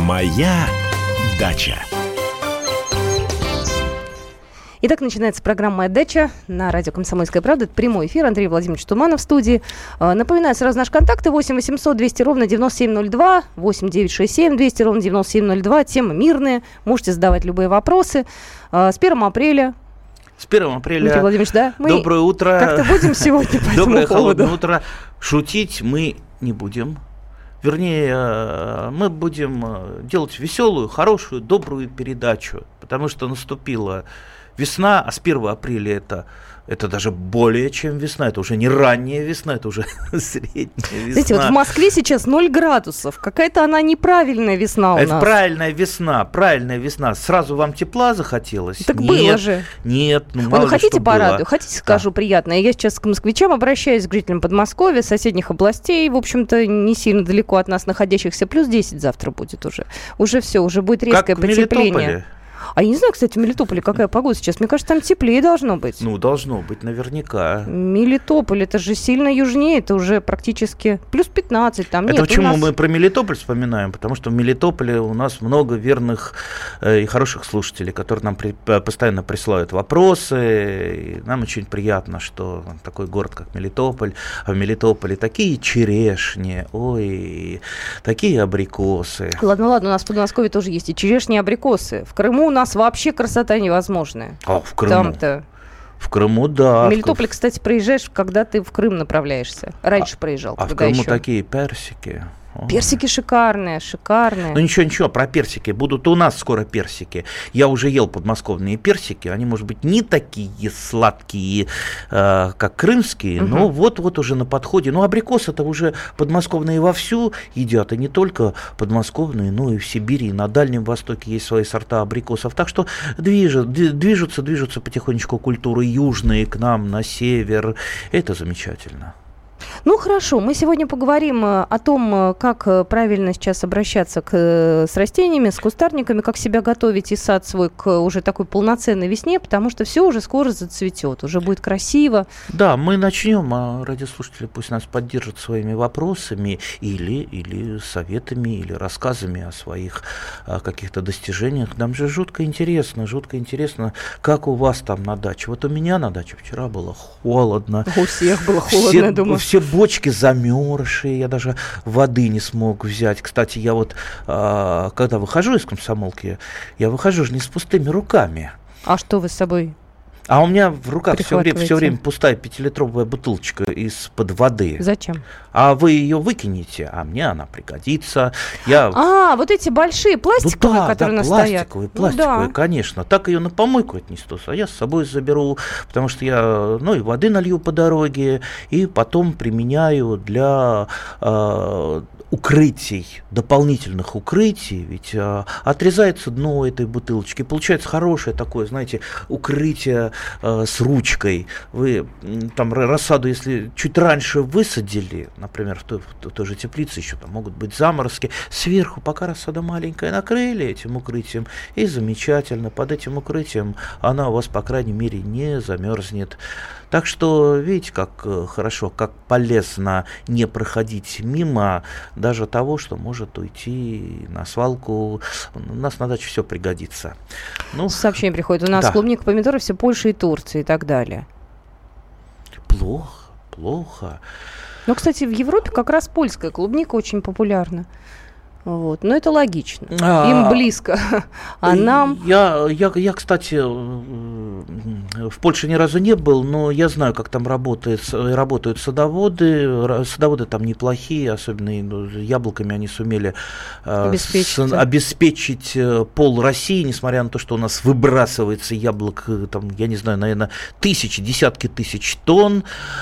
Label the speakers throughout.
Speaker 1: Моя дача.
Speaker 2: Итак, начинается программа «Моя дача» на радио «Комсомольская правда». Это прямой эфир. Андрей Владимирович Туманов в студии. Напоминаю сразу наши контакты. 8 800 200 ровно 9702, 8 967 200 ровно 9702. Темы мирные. Можете задавать любые вопросы. С 1 апреля.
Speaker 3: С 1 апреля.
Speaker 2: Андрей Владимирович, да? Мы
Speaker 3: доброе утро.
Speaker 2: Как-то будем сегодня по этому
Speaker 3: Доброе
Speaker 2: поводу.
Speaker 3: холодное утро. Шутить мы не будем. Вернее, мы будем делать веселую, хорошую, добрую передачу. Потому что наступила весна, а с 1 апреля это даже более чем весна. Это уже не ранняя весна, это уже средняя весна.
Speaker 2: Знаете, вот в Москве сейчас 0 градусов. Какая-то она неправильная весна у нас.
Speaker 3: Это правильная весна. Сразу вам тепла захотелось?
Speaker 2: Так
Speaker 3: нет,
Speaker 2: было же.
Speaker 3: Нет, мало ли
Speaker 2: хотите
Speaker 3: что
Speaker 2: порадую?
Speaker 3: было.
Speaker 2: Хотите, скажу приятное? Я сейчас к москвичам обращаюсь, к жителям Подмосковья, соседних областей, в общем-то, не сильно далеко от нас находящихся. Плюс 10 завтра будет уже. Уже все, уже будет резкое
Speaker 3: как
Speaker 2: потепление.
Speaker 3: В Мелитополе?
Speaker 2: А я не знаю, кстати, в Мелитополе какая погода сейчас. Мне кажется, там теплее должно быть.
Speaker 3: Ну, должно быть, наверняка.
Speaker 2: Мелитополь, это же сильно южнее, это уже практически плюс 15. Там
Speaker 3: это
Speaker 2: нет,
Speaker 3: почему мы про Мелитополь вспоминаем? Потому что в Мелитополе у нас много верных и хороших слушателей, которые нам постоянно присылают вопросы. И нам очень приятно, что такой город, как Мелитополь, а в Мелитополе такие черешни, ой, такие абрикосы.
Speaker 2: Ладно, у нас в Подмосковье тоже есть и черешни, и абрикосы. В Крыму у нас вообще красота невозможная.
Speaker 3: А, в Крыму?
Speaker 2: Там-то.
Speaker 3: В Крыму, да.
Speaker 2: В Мелитополе, кстати, проезжаешь, когда ты в Крым направляешься. Раньше проезжал.
Speaker 3: А в Крыму такие персики.
Speaker 2: Персики шикарные.
Speaker 3: Ну ничего, про персики. Будут у нас скоро персики. Я уже ел подмосковные персики. Они, может быть, не такие сладкие, как крымские, но вот уже на подходе. Ну, абрикосы-то уже подмосковные вовсю едят. И не только подмосковные, но и в Сибири, и на Дальнем Востоке есть свои сорта абрикосов. Так что движутся потихонечку культуры южные к нам на север. Это замечательно.
Speaker 2: Ну, хорошо, мы сегодня поговорим о том, как правильно сейчас обращаться с растениями, с кустарниками, как себя готовить и сад свой к уже такой полноценной весне, потому что все уже скоро зацветет, уже будет красиво.
Speaker 3: Да, мы начнем, а радиослушатели пусть нас поддержат своими вопросами или советами, или рассказами о своих каких-то достижениях. Нам же жутко интересно, как у вас там на даче. Вот у меня на даче вчера было холодно.
Speaker 2: У всех было холодно, я думаю.
Speaker 3: Все бочки замерзшие, я даже воды не смог взять. Кстати, я вот, когда выхожу из комсомолки, я выхожу же не с пустыми руками.
Speaker 2: А что вы с собой?
Speaker 3: А у меня в руках все время пустая 5-литровая бутылочка из-под воды.
Speaker 2: Зачем?
Speaker 3: А вы ее выкинете, а мне она пригодится.
Speaker 2: Вот эти большие пластиковые, которые стоят.
Speaker 3: Пластиковые, конечно. Так ее на помойку отнесу, а я с собой заберу, потому что я, и воды налью по дороге, и потом применяю для укрытий, дополнительных укрытий, ведь отрезается дно этой бутылочки, получается хорошее такое, знаете, укрытие с ручкой. Вы там рассаду, если чуть раньше высадили, например, в той же теплице еще там могут быть заморозки, сверху, пока рассада маленькая, накрыли этим укрытием, и замечательно, под этим укрытием она у вас, по крайней мере, не замерзнет. Так что, видите, как хорошо, как полезно не проходить мимо даже того, что может уйти на свалку. У нас на даче все пригодится.
Speaker 2: Сообщение приходит. У нас клубника, помидоры, все Польша и Турция и так далее.
Speaker 3: Плохо.
Speaker 2: Но, кстати, в Европе как раз польская клубника очень популярна. Но это логично. Им близко, а нам...
Speaker 3: Я, кстати, в Польше ни разу не был, но я знаю, как там работают садоводы. Садоводы там неплохие, особенно яблоками они сумели обеспечить пол России, несмотря на то, что у нас выбрасывается яблок, там, я не знаю, наверное, десятки тысяч тонн.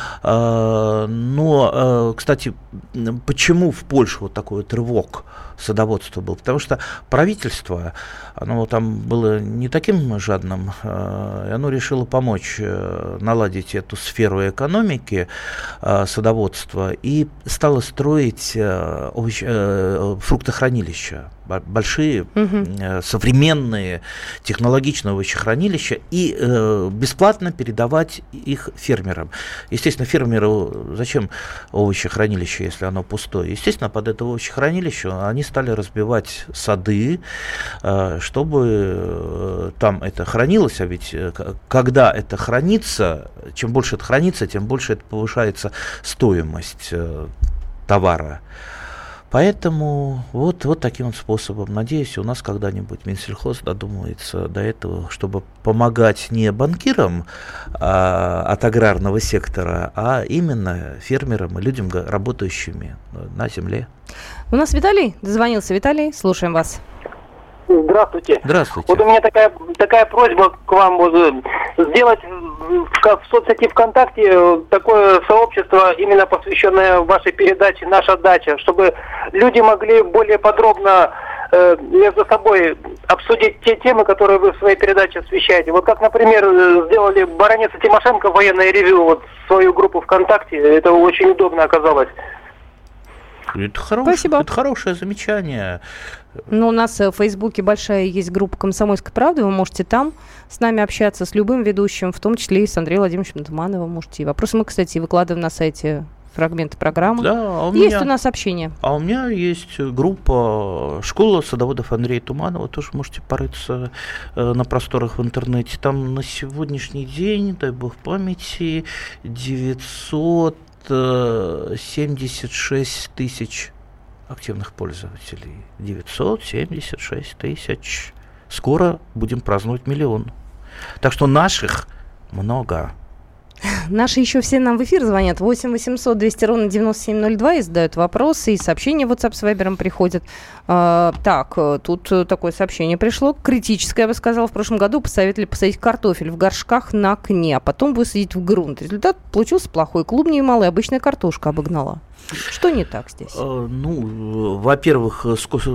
Speaker 3: Но, кстати, почему в Польше вот такой вот рывок садоводства был? Потому что правительство, оно там было не таким жадным, и оно решило помочь наладить эту сферу экономики садоводства и стало строить фруктохранилища. большие, современные, технологичные овощехранилища и бесплатно передавать их фермерам. Естественно, фермеру зачем овощехранилище, если оно пустое? Естественно, под это овощехранилище они стали разбивать сады, чтобы там это хранилось, а ведь когда это хранится, чем больше это хранится, тем больше это повышается стоимость товара. Поэтому вот таким вот способом. Надеюсь, у нас когда-нибудь Минсельхоз додумается до этого, чтобы помогать не банкирам от аграрного сектора, а именно фермерам и людям, работающими на земле.
Speaker 2: У нас Виталий дозвонился. Виталий, слушаем вас.
Speaker 4: Здравствуйте.
Speaker 3: Здравствуйте.
Speaker 4: Вот у меня такая просьба к вам сделать в соцсети ВКонтакте такое сообщество, именно посвященное вашей передаче «Наша дача», чтобы люди могли более подробно между собой обсудить те темы, которые вы в своей передаче освещаете. Вот как, например, сделали баронесса Тимошенко военное ревью, вот свою группу ВКонтакте, это очень удобно оказалось.
Speaker 3: Это хорошее замечание.
Speaker 2: Ну, у нас в Фейсбуке большая есть группа «Комсомольской правды». Вы можете там с нами общаться, с любым ведущим, в том числе и с Андреем Владимировичем Тумановым. Можете и вопросы. Мы, кстати, выкладываем на сайте фрагменты программы.
Speaker 3: Да,
Speaker 2: есть у нас общение.
Speaker 3: А у меня есть группа «Школа садоводов Андрея Туманова». Тоже можете порыться на просторах в интернете. Там на сегодняшний день, дай бог памяти, 976 тысяч активных пользователей. 976 тысяч. Скоро будем праздновать 1 миллион. Так что наших много.
Speaker 2: Наши еще все нам в эфир звонят. 8 800 200 ровно 9702 и задают вопросы, и сообщения в WhatsApp с Вайбером приходят. Так, тут такое сообщение пришло. Критическое, я бы сказала. В прошлом году посоветовали посадить картофель в горшках на окне, а потом высадить в грунт. Результат получился плохой. Клубней малая, обычная картошка обогнала. Что не так здесь?
Speaker 3: Во-первых,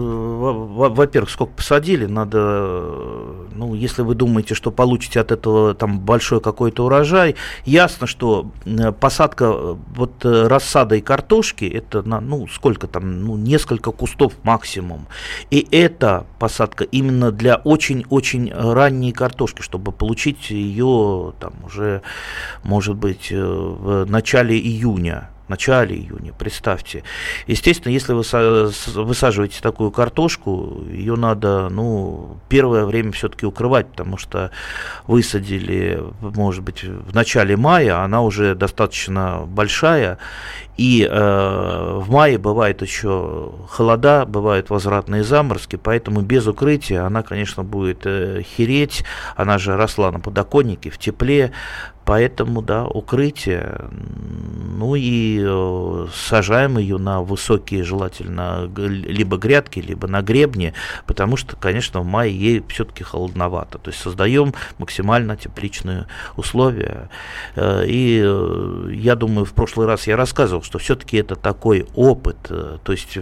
Speaker 3: сколько посадили, надо, если вы думаете, что получите от этого там большой какой-то урожай, ясно, что посадка рассадой картошки, это сколько там, несколько кустов максимум. И это посадка именно для очень-очень ранней картошки, чтобы получить ее там уже, может быть, в начале июня, представьте. Естественно, если вы высаживаете такую картошку, ее надо, первое время все-таки укрывать, потому что высадили, может быть, в начале мая, она уже достаточно большая, и в мае бывает еще холода, бывают возвратные заморозки, поэтому без укрытия она, конечно, будет хереть, она же росла на подоконнике, в тепле. Поэтому, укрытие, и сажаем ее на высокие, желательно, либо грядки, либо на гребне, потому что, конечно, в мае ей все-таки холодновато. То есть создаем максимально тепличные условия. И я думаю, в прошлый раз я рассказывал, что все-таки это такой опыт, то есть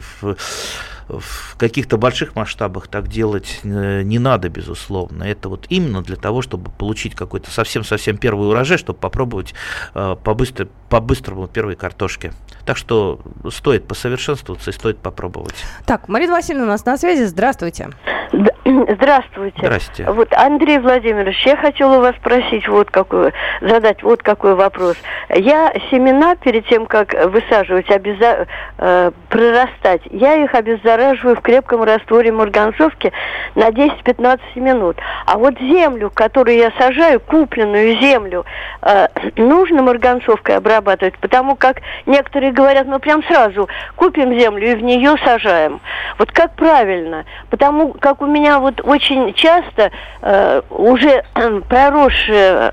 Speaker 3: в каких-то больших масштабах так делать не надо, безусловно. Это именно для того, чтобы получить какой-то совсем-совсем первый урожай, чтобы попробовать по-быстрому первой картошки. Так что стоит посовершенствоваться и стоит попробовать.
Speaker 2: Так, Марина Васильевна у нас на связи. Здравствуйте.
Speaker 5: Здравствуйте.
Speaker 3: Здрасте.
Speaker 5: Андрей Владимирович, я хотела у вас спросить задать какой вопрос. Я семена перед тем, как высаживать, прорастать, я их обеззараживаю в крепком растворе марганцовки на 10-15 минут. А землю, которую я сажаю, купленную землю, нужно марганцовкой обрабатывать, потому как некоторые говорят, прям сразу купим землю и в нее сажаем. Как правильно? Потому как у меня очень часто уже проросшие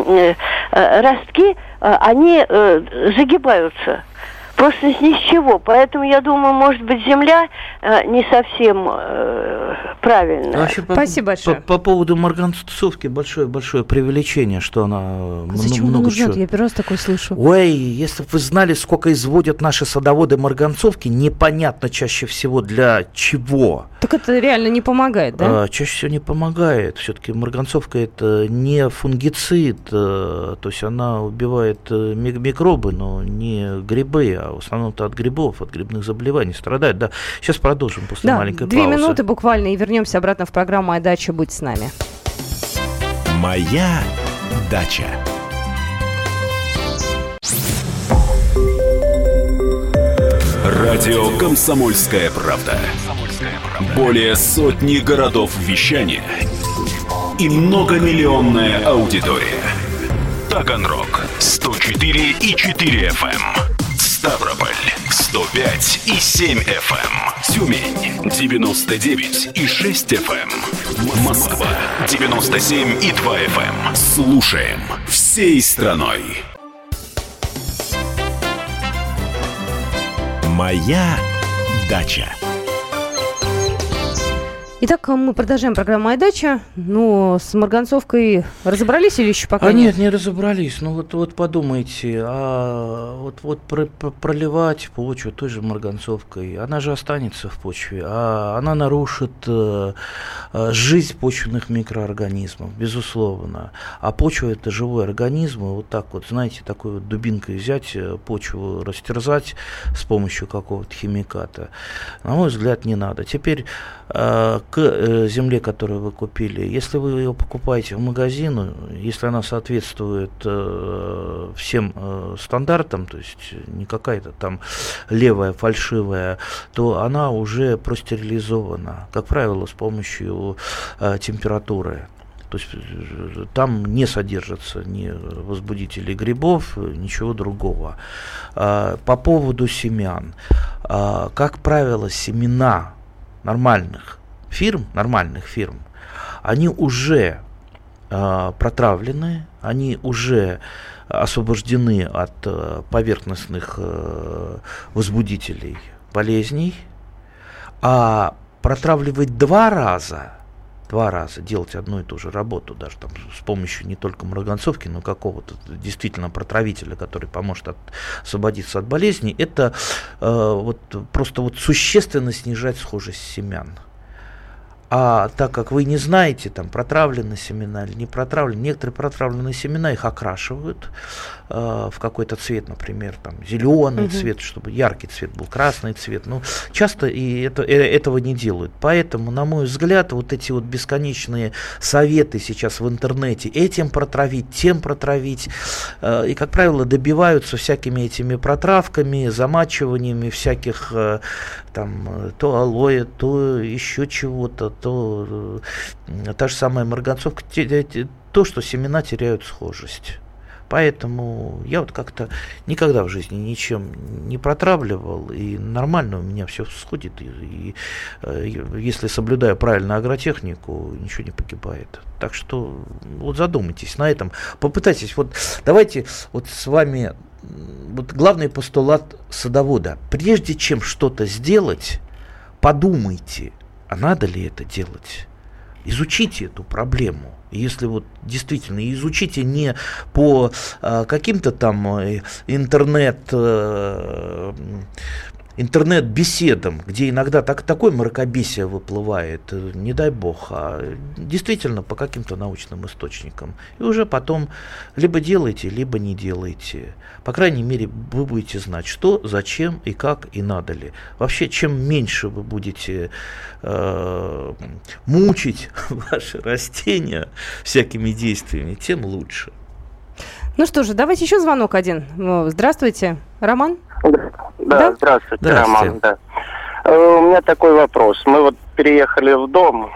Speaker 5: ростки, они загибаются. Просто ни с чего. Поэтому, я думаю, может быть, земля не совсем правильная.
Speaker 3: Вообще,
Speaker 2: спасибо большое.
Speaker 3: По поводу марганцовки большое преувеличение, что она
Speaker 2: зачем
Speaker 3: много
Speaker 2: чего.
Speaker 3: чего.
Speaker 2: Я первый раз такое слышу.
Speaker 3: Ой, если бы вы знали, сколько изводят наши садоводы марганцовки, непонятно чаще всего для чего.
Speaker 2: Так это реально не помогает, да?
Speaker 3: Чаще всего не помогает. Все-таки марганцовка это не фунгицид, то есть она убивает микробы, но не грибы, а в основном-то от грибов, от грибных заболеваний страдает. Да, сейчас продолжим после маленькой паузы.
Speaker 2: 2 минуты буквально и вернемся обратно в программу «Моя дача». Будь с нами.
Speaker 1: Моя дача.
Speaker 6: Радио «Комсомольская правда». Более сотни городов вещания и многомиллионная аудитория. Таганрог 104,4 FM. Ставрополь 105,7 FM. Тюмень 99,6 FM. Москва 97,2 FM. Слушаем всей страной.
Speaker 1: Моя дача.
Speaker 2: Итак, мы продолжаем программу «Моя дача». Ну, с марганцовкой разобрались или еще пока
Speaker 3: нет? Нет, не разобрались. Ну, вот подумайте, проливать почву той же марганцовкой, она же останется в почве, а она нарушит жизнь почвенных микроорганизмов, безусловно. А почва – это живой организм, и вот так вот, знаете, такой вот дубинкой взять почву, растерзать с помощью какого-то химиката, на мой взгляд, не надо. Теперь к земле, которую вы купили, если вы ее покупаете в магазине, если она соответствует всем стандартам, то есть не какая-то там левая, фальшивая, то она уже простерилизована, как правило, с помощью температуры. То есть там не содержатся ни возбудителей грибов, ничего другого. По поводу семян. Как правило, семена нормальных фирм, они уже протравлены, они уже освобождены от поверхностных возбудителей болезней, а протравливать два раза, делать одну и ту же работу, даже там с помощью не только марганцовки, но какого-то действительно протравителя, который поможет освободиться от болезней, это просто существенно снижать схожесть семян. А так как вы не знаете, там протравлены семена или не протравлены, некоторые протравленные семена их окрашивают в какой-то цвет, например, там зеленый цвет, чтобы яркий цвет был, красный цвет. Но часто этого не делают. Поэтому, на мой взгляд, вот эти вот бесконечные советы сейчас в интернете, этим протравить, тем протравить, и, как правило, добиваются всякими этими протравками, замачиваниями всяких там то алоэ, то еще чего-то, то та же самая марганцовка, то, что семена теряют схожесть. Поэтому я вот как-то никогда в жизни ничем не протравливал, и нормально у меня все всходит, и если соблюдаю правильно агротехнику, ничего не погибает. Так что вот задумайтесь на этом, попытайтесь, давайте с вами, главный постулат садовода: прежде чем что-то сделать, подумайте, а надо ли это делать. Изучите эту проблему. Если действительно изучите не по каким-то там интернет-беседам, где иногда такое мракобесие выплывает, не дай бог, а действительно по каким-то научным источникам. И уже потом либо делайте, либо не делайте. По крайней мере, вы будете знать, что, зачем и как, и надо ли. Вообще, чем меньше вы будете мучить ваши растения всякими действиями, тем лучше.
Speaker 2: Ну что же, давайте еще звонок один. Здравствуйте, Роман?
Speaker 7: Да, здравствуйте, Роман. Да. У меня такой вопрос. Мы переехали в дом,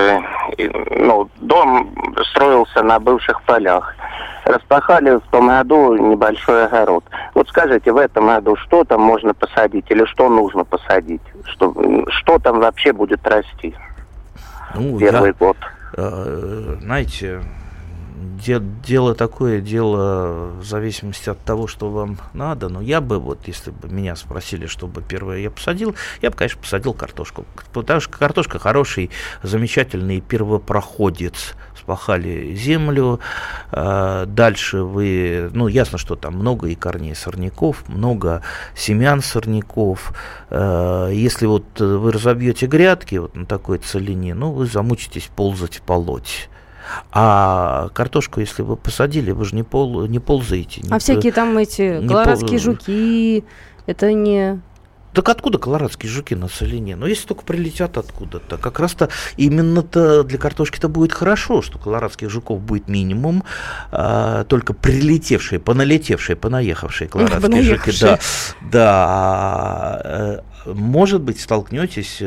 Speaker 7: дом строился на бывших полях. Распахали в том году небольшой огород. Скажите, в этом году что там можно посадить или что нужно посадить? Что там вообще будет расти? Первый год.
Speaker 3: Знаете, дело такое, дело в зависимости от того, что вам надо. Но я бы, вот, если бы меня спросили, что бы первое я посадил, я бы, конечно, посадил картошку. Потому что картошка хороший, замечательный первопроходец. Спахали землю, дальше вы, ясно, что там много и корней сорняков, много семян сорняков. Если вот вы разобьете грядки вот на такой целине, вы замучитесь ползать, полоть. А картошку, если вы посадили, вы же не ползаете.
Speaker 2: Всякие там эти колорадские жуки, это не...
Speaker 3: Так откуда колорадские жуки на целине? Если только прилетят откуда-то. Как раз-то именно-то для картошки-то будет хорошо, что колорадских жуков будет минимум, только прилетевшие, поналетевшие, понаехавшие колорадские жуки. Да. Может быть, столкнетесь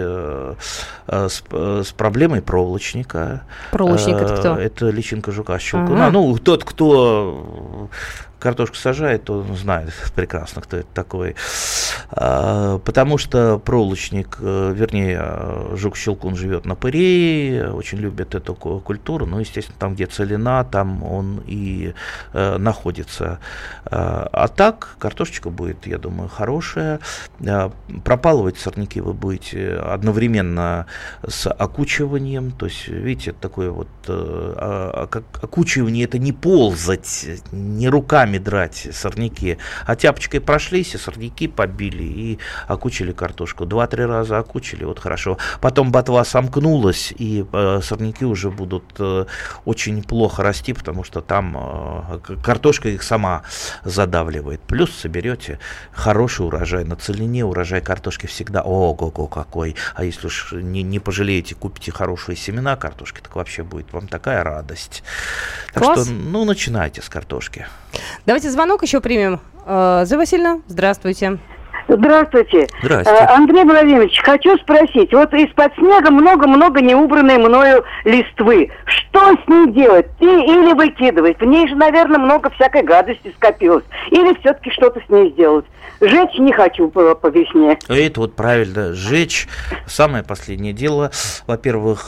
Speaker 3: с проблемой проволочника.
Speaker 2: Проволочник это кто?
Speaker 3: Это личинка жука-щелкуна. Тот, кто картошку сажает, он знает прекрасно, кто это такой. Потому что проволочник, жук-щелкун живет на пырее, очень любит эту культуру. Естественно, там, где целина, там он и находится. А так, картошечка будет, я думаю, хорошая. Пропалывать сорняки вы будете одновременно с окучиванием. То есть, видите, такое вот окучивание — это не ползать, не руками драть сорняки, а тяпочкой прошлись, и сорняки побили, и окучили картошку. 2-3 раза окучили, вот хорошо. Потом ботва сомкнулась, и сорняки уже будут очень плохо расти, потому что там картошка их сама задавливает. Плюс соберете хороший урожай. На целине урожай картошки всегда ого-го какой. А если уж не пожалеете, купите хорошие семена картошки, так вообще будет вам такая радость. Так
Speaker 2: Класс.
Speaker 3: что, начинайте с картошки.
Speaker 2: Давайте звонок еще примем. Зоя Васильевна, здравствуйте.
Speaker 8: Здравствуйте.
Speaker 3: Здрасте.
Speaker 8: Андрей Владимирович, хочу спросить. Вот из-под снега много-много неубранной мною листвы. Что с ней делать? Или выкидывать? В ней же, наверное, много всякой гадости скопилось. Или все-таки что-то с ней сделать? Жечь не хочу по весне.
Speaker 3: Это вот правильно. Сжечь — самое последнее дело. Во-первых,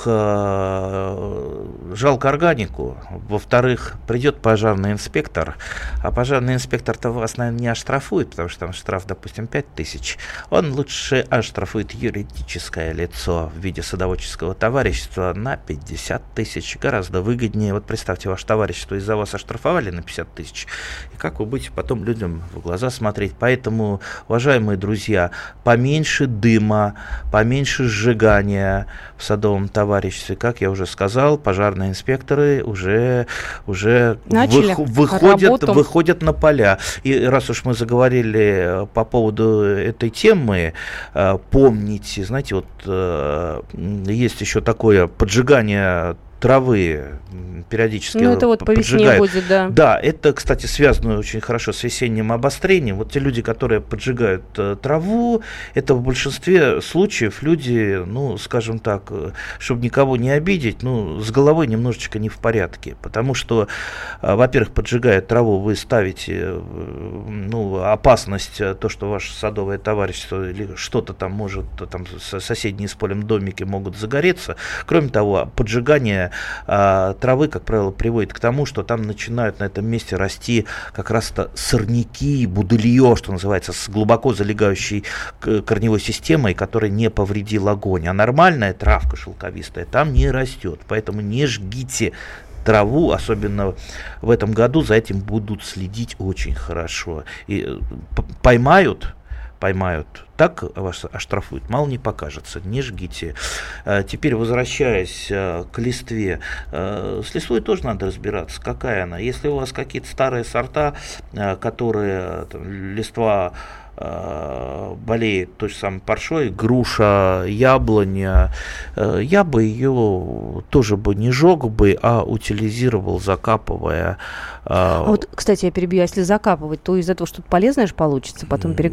Speaker 3: жалко органику. Во-вторых, придет пожарный инспектор. А пожарный инспектор-то вас, наверное, не оштрафует, потому что там штраф, допустим, 5000. Он лучше оштрафует юридическое лицо в виде садоводческого товарищества на 50 тысяч. Гораздо выгоднее. Вот представьте, ваше товарищество из-за вас оштрафовали на 50 тысяч. И как вы будете потом людям в глаза смотреть? Поэтому, уважаемые друзья, поменьше дыма, поменьше сжигания в садовом товариществе. Как я уже сказал, пожарные инспекторы уже выходят на поля. И раз уж мы заговорили по поводу этой темы, помните, знаете, вот есть еще такое поджигание травы периодически.
Speaker 2: Это вот по весне будет, да.
Speaker 3: Да, это, кстати, связано очень хорошо с весенним обострением. Вот те люди, которые поджигают траву, это в большинстве случаев люди, скажем так, чтобы никого не обидеть, с головой немножечко не в порядке. Потому что, во-первых, поджигая траву, вы ставите опасность, то, что ваше садовое товарищество или что-то там может, там соседние с полем домики могут загореться. Кроме того, поджигание травы, как правило, приводит к тому, что там начинают на этом месте расти как раз-то сорняки, будылье, что называется, с глубоко залегающей корневой системой, которая не повредил огонь. А нормальная травка шелковистая там не растет. Поэтому не жгите траву, особенно в этом году, за этим будут следить очень хорошо. И поймают, так вас оштрафуют, мало не покажется, не жгите. Теперь, возвращаясь к листве, с листвой тоже надо разбираться, какая она. Если у вас какие-то старые сорта, которые листва болеет той же самой паршой, груша, яблоня, я бы ее тоже бы не жег бы, а утилизировал, закапывая.
Speaker 2: Вот, кстати, я перебью, если закапывать, то из этого что-то полезное же получится, потом перегной?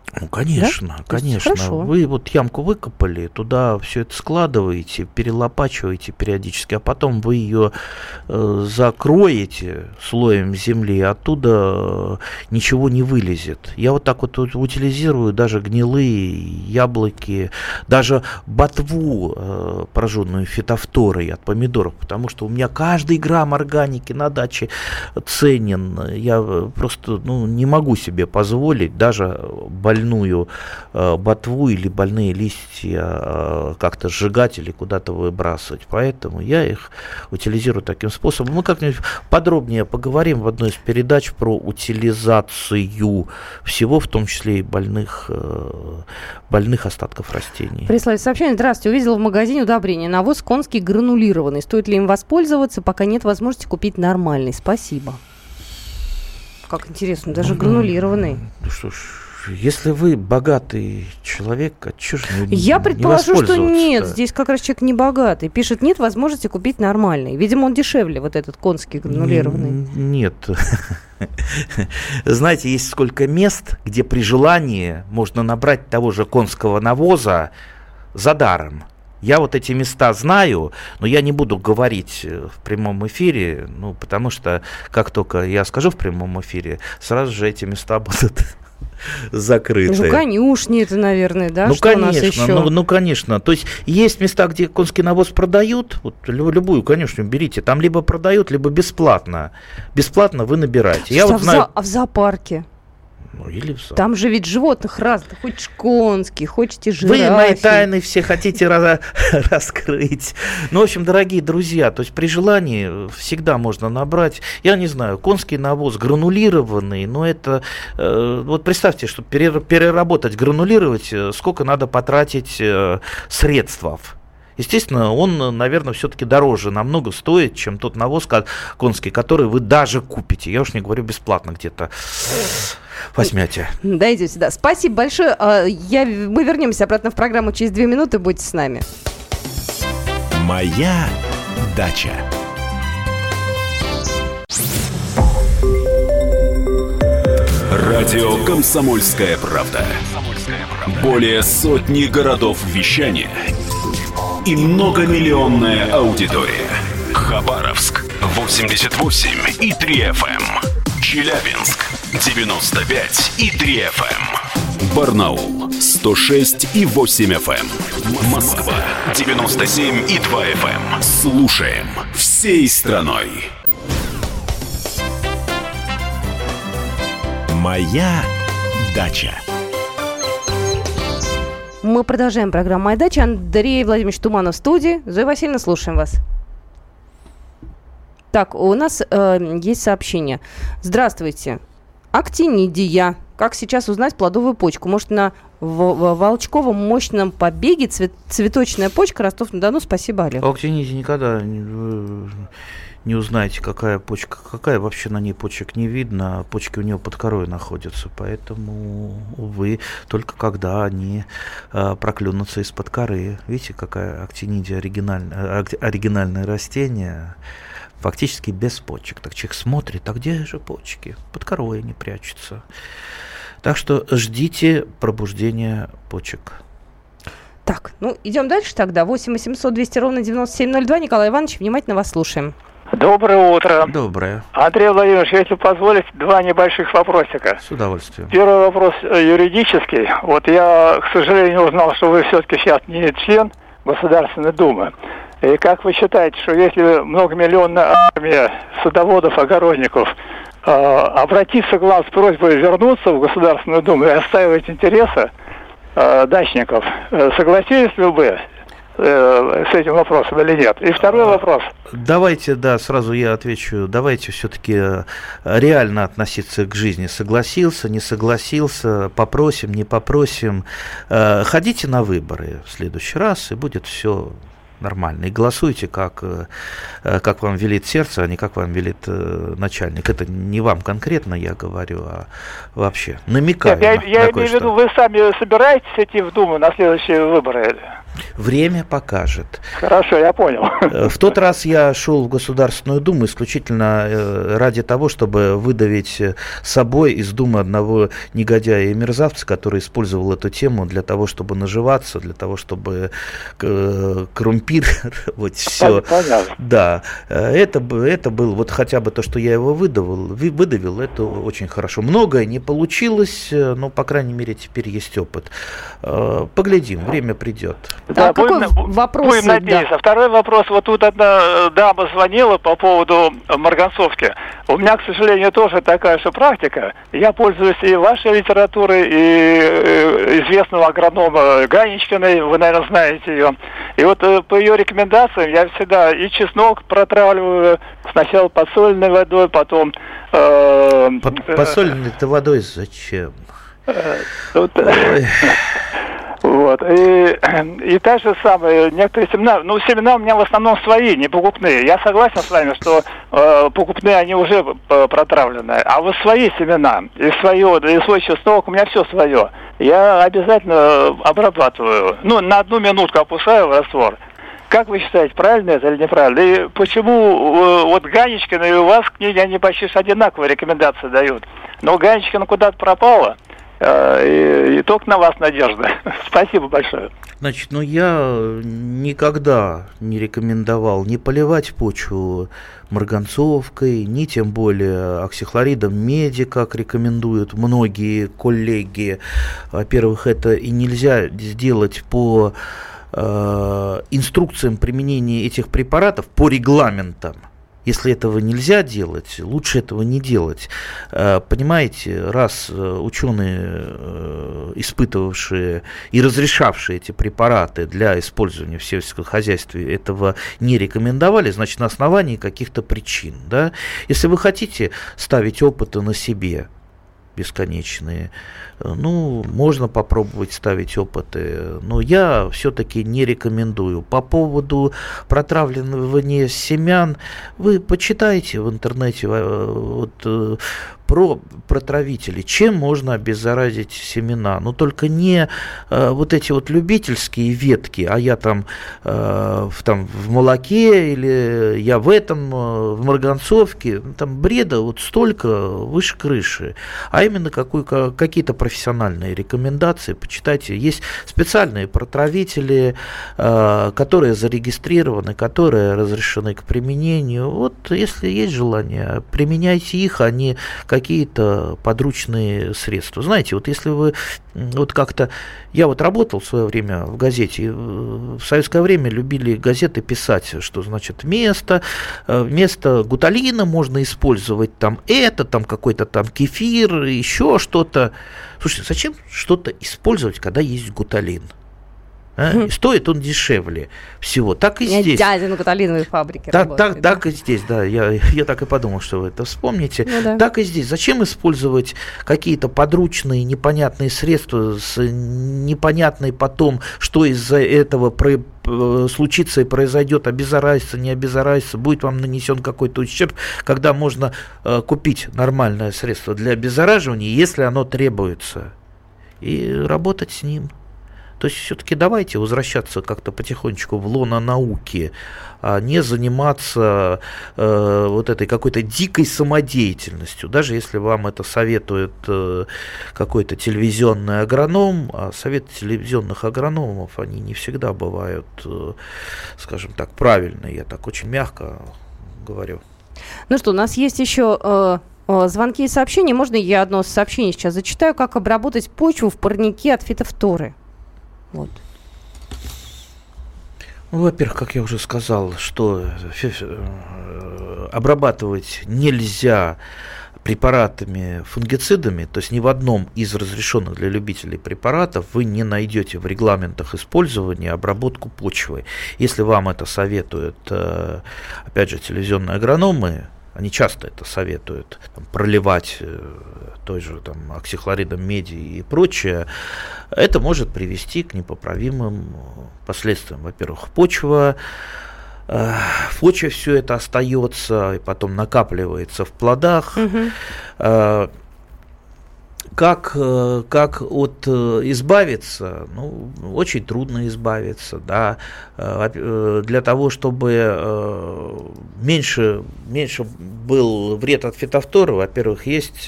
Speaker 3: Ну, конечно,
Speaker 2: да?
Speaker 3: конечно.
Speaker 2: Хорошо.
Speaker 3: Вы вот ямку выкопали, туда все это складываете, перелопачиваете периодически, а потом вы ее закроете слоем земли, и оттуда ничего не вылезет. Я вот так вот утилизирую даже гнилые яблоки, даже ботву, пораженную фитофторой от помидоров, потому что у меня каждый грамм органики на даче ценен. Я просто не могу себе позволить даже больную ботву или больные листья как-то сжигать или куда-то выбрасывать. Поэтому я их утилизирую таким способом. Мы как-нибудь подробнее поговорим в одной из передач про утилизацию всего, в том числе и больных остатков растений.
Speaker 2: Прислали сообщение. Здравствуйте. Увидела в магазине удобрения. Навоз конский гранулированный. Стоит ли им воспользоваться, пока нет возможности купить нормальный? Спасибо. Как интересно, даже гранулированный.
Speaker 3: Что ж, если вы богатый человек, а чё ж
Speaker 2: Я предположу, что нет.
Speaker 3: Да?
Speaker 2: Здесь как раз человек не богатый. Пишет, нет возможности купить нормальный. Видимо, он дешевле, вот этот конский гранулированный.
Speaker 3: Нет. Знаете, есть сколько мест, где при желании можно набрать того же конского навоза за даром. Я вот эти места знаю, но я не буду говорить в прямом эфире, потому что как только я скажу в прямом эфире, сразу же эти места будут закрыты.
Speaker 2: Конюшни это, наверное, да?
Speaker 3: Ну,
Speaker 2: что
Speaker 3: конечно,
Speaker 2: у нас еще?
Speaker 3: Конечно. То есть есть места, где конский навоз продают, вот любую конюшню берите, там либо продают, либо бесплатно. Бесплатно вы набираете.
Speaker 2: А в зоопарке?
Speaker 3: Или в зоопарке.
Speaker 2: Там же ведь животных разных. Хочешь конский, хочете жирафий.
Speaker 3: Вы мои тайны все хотите раскрыть. В общем, дорогие друзья, то есть при желании всегда можно набрать, я не знаю, конский навоз гранулированный, но это, вот представьте, чтобы переработать, гранулировать, сколько надо потратить средств. Естественно, он, наверное, все-таки дороже намного стоит, чем тот навоз конский, который вы даже купите. Я уж не говорю бесплатно где-то. Возьмете.
Speaker 2: Дойдете сюда. Спасибо большое. Мы вернемся обратно в программу через 2 минуты. Будьте с нами.
Speaker 1: Моя дача.
Speaker 6: Радио «Комсомольская правда». Более сотни городов вещания и многомиллионная аудитория. Хабаровск 88,3 FM. Челябинск 95,3 FM. Барнаул 106,8 FM. Москва 97,2 FM. Слушаем всей страной.
Speaker 1: Моя дача.
Speaker 2: Мы продолжаем программу «Моя дача». Андрей Владимирович Туманов в студии. Зоя Васильевна, слушаем вас. Так, у нас есть сообщение. Здравствуйте. Актинидия. Как сейчас узнать плодовую почку? Может, на Волчковом мощном побеге цветочная почка, Ростов-на-Дону? Спасибо, Олег.
Speaker 3: Актинидия никогда не узнаете, какая почка, какая вообще на ней почек не видно, почки у нее под корой находятся, поэтому, увы, только когда они проклюнутся из-под коры. Видите, какая актинидия оригинальное растение, фактически без почек. Так человек смотрит, а где же почки? Под корой они прячутся. Так что ждите пробуждения почек.
Speaker 2: Так, идем дальше тогда. 8 800 200 ровно 9702. Николай Иванович, внимательно вас слушаем.
Speaker 9: Доброе утро.
Speaker 3: Доброе.
Speaker 9: Андрей Владимирович, если позволите, 2 небольших вопросика.
Speaker 3: С удовольствием.
Speaker 9: Первый вопрос юридический. Вот я, к сожалению, узнал, что вы все-таки сейчас не член Государственной Думы. И как вы считаете, что если многомиллионная армия садоводов, огородников обратится к вам с просьбой вернуться в Государственную Думу и отстаивать интересы дачников, согласились ли вы с этим вопросом или нет? И второй вопрос.
Speaker 3: Давайте, сразу я отвечу. Давайте все-таки реально относиться к жизни. Согласился, не согласился, попросим, не попросим. Ходите на выборы в следующий раз, и будет все нормально. И голосуйте, как вам велит сердце, а не как вам велит начальник. Это не вам конкретно я говорю, а вообще намекаю.
Speaker 9: Я имею в виду, вы сами собираетесь идти в Думу на следующие выборы?
Speaker 3: Время покажет.
Speaker 9: Хорошо, я понял.
Speaker 3: В тот раз я шел в Государственную Думу исключительно ради того, чтобы выдавить собой из Думы одного негодяя и мерзавца, который использовал эту тему для того, чтобы наживаться, для того, чтобы коррумпировать все.
Speaker 9: Понятно.
Speaker 3: Да, это было, вот хотя бы то, что я его выдавил, это очень хорошо. Многое не получилось, но, по крайней мере, теперь есть опыт. Поглядим, время придет.
Speaker 9: Да,
Speaker 2: какой вопрос?
Speaker 9: Будем надеяться.
Speaker 2: Да.
Speaker 9: Второй вопрос. Вот тут одна дама звонила по поводу марганцовки. У меня, к сожалению, тоже такая же практика. Я пользуюсь и вашей литературой, и известного агронома Ганечкиной, вы, наверное, знаете ее. И вот по ее рекомендациям я всегда и чеснок протравливаю сначала подсоленной водой, потом...
Speaker 3: Подсоленной-то водой зачем?
Speaker 9: Вот. И та же самая, некоторые семена, семена у меня в основном свои, не покупные. Я согласен с вами, что покупные, они уже протравлены. А вот свои семена, и свой чеснок, у меня все свое. Я обязательно обрабатываю. На 1 минутку опускаю в раствор. Как вы считаете, правильно это или неправильно? И почему вот Ганечкина и у вас книги, они почти одинаковые рекомендации дают? Но Ганечкина куда-то пропала. И только на вас надежда. Спасибо большое.
Speaker 3: Значит, я никогда не рекомендовал не поливать почву марганцовкой, ни тем более оксихлоридом меди, как рекомендуют многие коллеги. Во-первых, это и нельзя сделать по инструкциям применения этих препаратов, по регламентам. Если этого нельзя делать, лучше этого не делать. Понимаете, раз ученые, испытывавшие и разрешавшие эти препараты для использования в сельском хозяйстве, этого не рекомендовали, значит, на основании каких-то причин. Да? Если вы хотите ставить опыты на себе, бесконечные, можно попробовать ставить опыты, но я все-таки не рекомендую. По поводу протравливания семян, вы почитайте в интернете про протравители, чем можно обеззаразить семена. Но только не вот эти вот любительские ветки, а я там в молоке, или я в марганцовке, там бреда вот столько выше крыши. А именно какие-то профессиональные рекомендации, почитайте. Есть специальные протравители, которые зарегистрированы, которые разрешены к применению. Вот если есть желание, применяйте их, а не какие-то подручные средства. Знаете, вот если вы как-то... Я работал в свое время в газете, в советское время любили газеты писать, что значит вместо гуталина можно использовать там какой-то там кефир, еще что-то. Слушайте, зачем что-то использовать, когда есть гуталин? И стоит он дешевле всего. Так и здесь.
Speaker 2: Дядя на гуталиновой фабрике работает.
Speaker 3: Так и здесь, да. Я так и подумал, что вы это вспомните.
Speaker 2: Да.
Speaker 3: Так и здесь. Зачем использовать какие-то подручные непонятные средства с непонятной потом, что из-за этого случится и произойдет, обеззаразится, не обеззаразится, будет вам нанесен какой-то ущерб, когда можно купить нормальное средство для обеззараживания, если оно требуется, и работать с ним. То есть все-таки давайте возвращаться как-то потихонечку в лоно науки, а не заниматься этой какой-то дикой самодеятельностью. Даже если вам это советует какой-то телевизионный агроном, а советы телевизионных агрономов, они не всегда бывают, скажем так, правильные. Я так очень мягко говорю.
Speaker 2: Ну что, у нас есть еще... звонки и сообщения. Можно я одно сообщение сейчас зачитаю? Как обработать почву в парнике от фитофторы? Вот.
Speaker 3: Во-первых, как я уже сказал, что обрабатывать нельзя препаратами, фунгицидами, то есть ни в одном из разрешенных для любителей препаратов вы не найдете в регламентах использования обработку почвы. Если вам это советуют, опять же, телевизионные агрономы, они часто это советуют, проливать той же оксихлоридом меди и прочее, это может привести к непоправимым последствиям. Во-первых, в почве все это остается и потом накапливается в плодах. Как избавиться? Ну, очень трудно избавиться, да. Для того, чтобы меньше был вред от фитофторы, во-первых, есть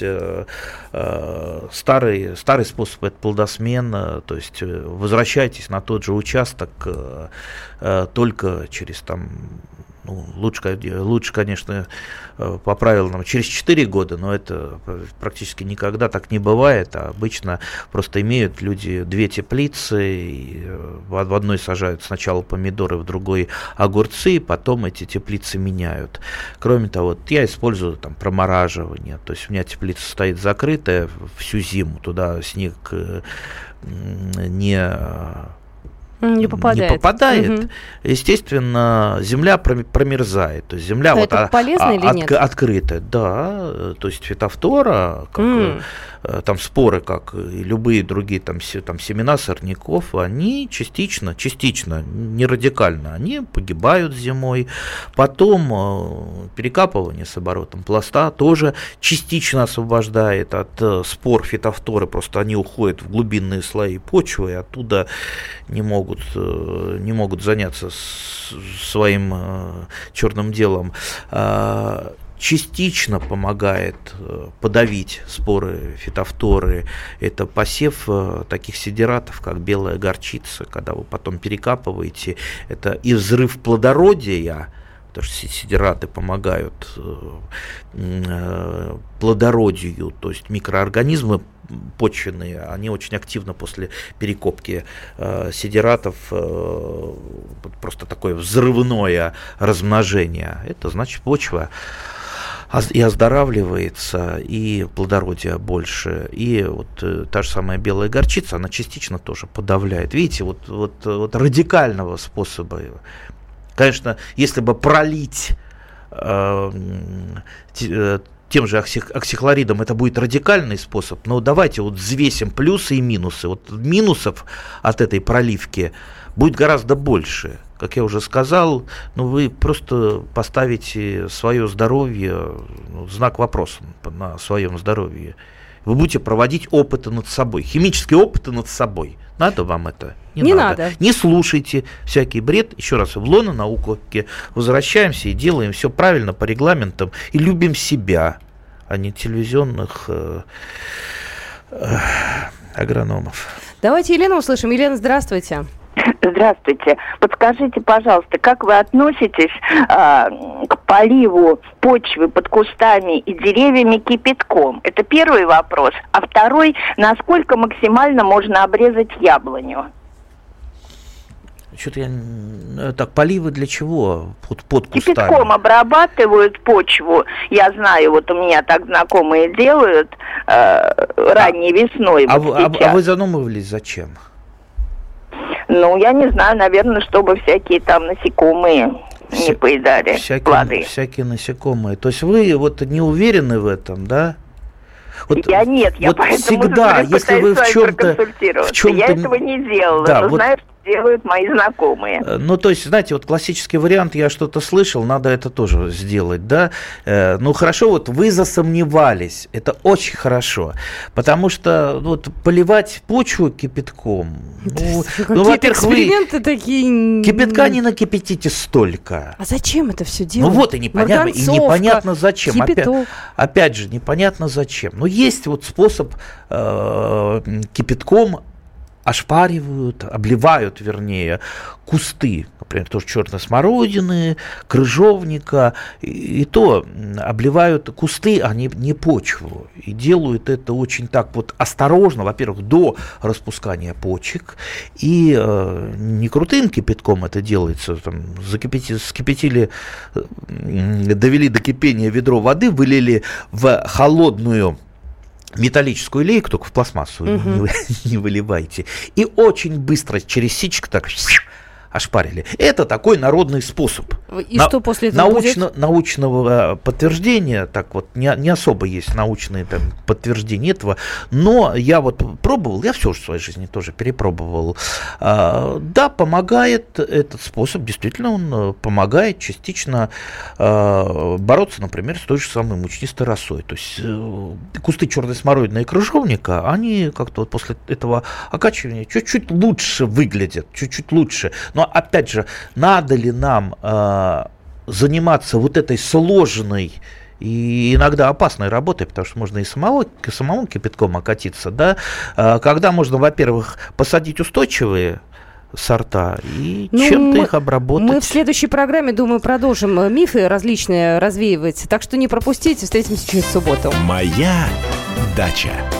Speaker 3: старый способ, это плодосмен, то есть возвращайтесь на тот же участок только через там, ну, лучше, конечно, по правилам через 4 года, но это практически никогда так не бывает. А обычно просто имеют люди 2 теплицы, и в одной сажают сначала помидоры, в другой огурцы, потом эти теплицы меняют. Кроме того, я использую там промораживание, то есть у меня теплица стоит закрытая всю зиму, туда снег не попадает. Угу. Естественно, земля промерзает. То есть земля
Speaker 2: это полезно или нет?
Speaker 3: Открытая. Да, то есть фитофтора, там споры, как и любые другие там семена сорняков, они частично, не радикально, они погибают зимой. Потом перекапывание с оборотом пласта тоже частично освобождает от спор фитофторы, просто они уходят в глубинные слои почвы, и оттуда не могут заняться своим черным делом. Частично помогает подавить споры фитофторы. Это посев таких сидератов, как белая горчица, когда вы потом перекапываете. Это и взрыв плодородия, потому что сидераты помогают плодородию, то есть микроорганизмы почвенные, они очень активно после перекопки сидератов, просто такое взрывное размножение. Это значит, почва и оздоравливается, и плодородия больше. И вот та же самая белая горчица, она частично тоже подавляет. Видите, вот радикального способа. Конечно, если бы пролить тем же оксихлоридом, это будет радикальный способ, но давайте вот взвесим плюсы и минусы. Вот минусов от этой проливки будет гораздо больше. Как я уже сказал, вы просто поставите свое здоровье, знак вопроса на своем здоровье. Вы будете проводить опыты над собой, химические опыты над собой. Надо вам это? Не надо. Не слушайте всякий бред. Еще раз, в лоно науки возвращаемся и делаем все правильно по регламентам. И любим себя, а не телевизионных агрономов.
Speaker 2: Давайте Елену услышим. Елена, здравствуйте.
Speaker 10: Здравствуйте. Подскажите, пожалуйста, как вы относитесь к поливу почвы под кустами и деревьями кипятком? Это первый вопрос. А второй, насколько максимально можно обрезать яблоню?
Speaker 3: Что-то так, поливы для чего? Под кустами?
Speaker 10: Кипятком обрабатывают почву. Я знаю, вот у меня так знакомые делают ранней весной.
Speaker 3: А вы задумывались, зачем?
Speaker 10: Я не знаю, наверное, чтобы всякие там насекомые не поедали плоды.
Speaker 3: Всякие насекомые. То есть вы не уверены в этом, да?
Speaker 10: Я нет, я поэтому
Speaker 3: всегда, если вы в чем-то...
Speaker 10: Я этого не делала, но знаю, что делают мои знакомые.
Speaker 3: То есть, знаете, классический вариант, я что-то слышал, надо это тоже сделать, да? Хорошо, вы засомневались, это очень хорошо, потому что поливать почву кипятком, во-первых,
Speaker 2: эксперименты такие...
Speaker 3: Кипятка не накипятите столько.
Speaker 2: А зачем это все делать?
Speaker 3: И непонятно зачем. Опять же, непонятно зачем. Но есть способ кипятком ошпаривают, обливают, вернее, кусты, например, тоже черной смородины, крыжовника, и то обливают кусты, а не почву. И делают это очень так осторожно, во-первых, до распускания почек, и не крутым кипятком это делается, вскипятили, довели до кипения ведро воды, вылили в холодную металлическую лейку, только в пластмассу не выливайте. И очень быстро через ситечко так ошпарили. Это такой народный способ.
Speaker 2: И что после этого будет?
Speaker 3: Научного подтверждения, так вот, не особо есть научные там подтверждения этого, но я вот пробовал, я все в своей жизни тоже перепробовал. Да, помогает этот способ, действительно он помогает частично бороться, например, с той же самой мучнистой росой. То есть кусты черной смородины и крыжовника, они как-то вот после этого окачивания чуть-чуть лучше выглядят, чуть-чуть лучше. Но опять же, надо ли нам заниматься вот этой сложной и иногда опасной работой, потому что можно и самому кипятком окатиться, да, когда можно, во-первых, посадить устойчивые сорта и чем-то их обработать.
Speaker 2: Мы в следующей программе, думаю, продолжим мифы различные развеивать, так что не пропустите, встретимся через субботу.
Speaker 1: Моя дача.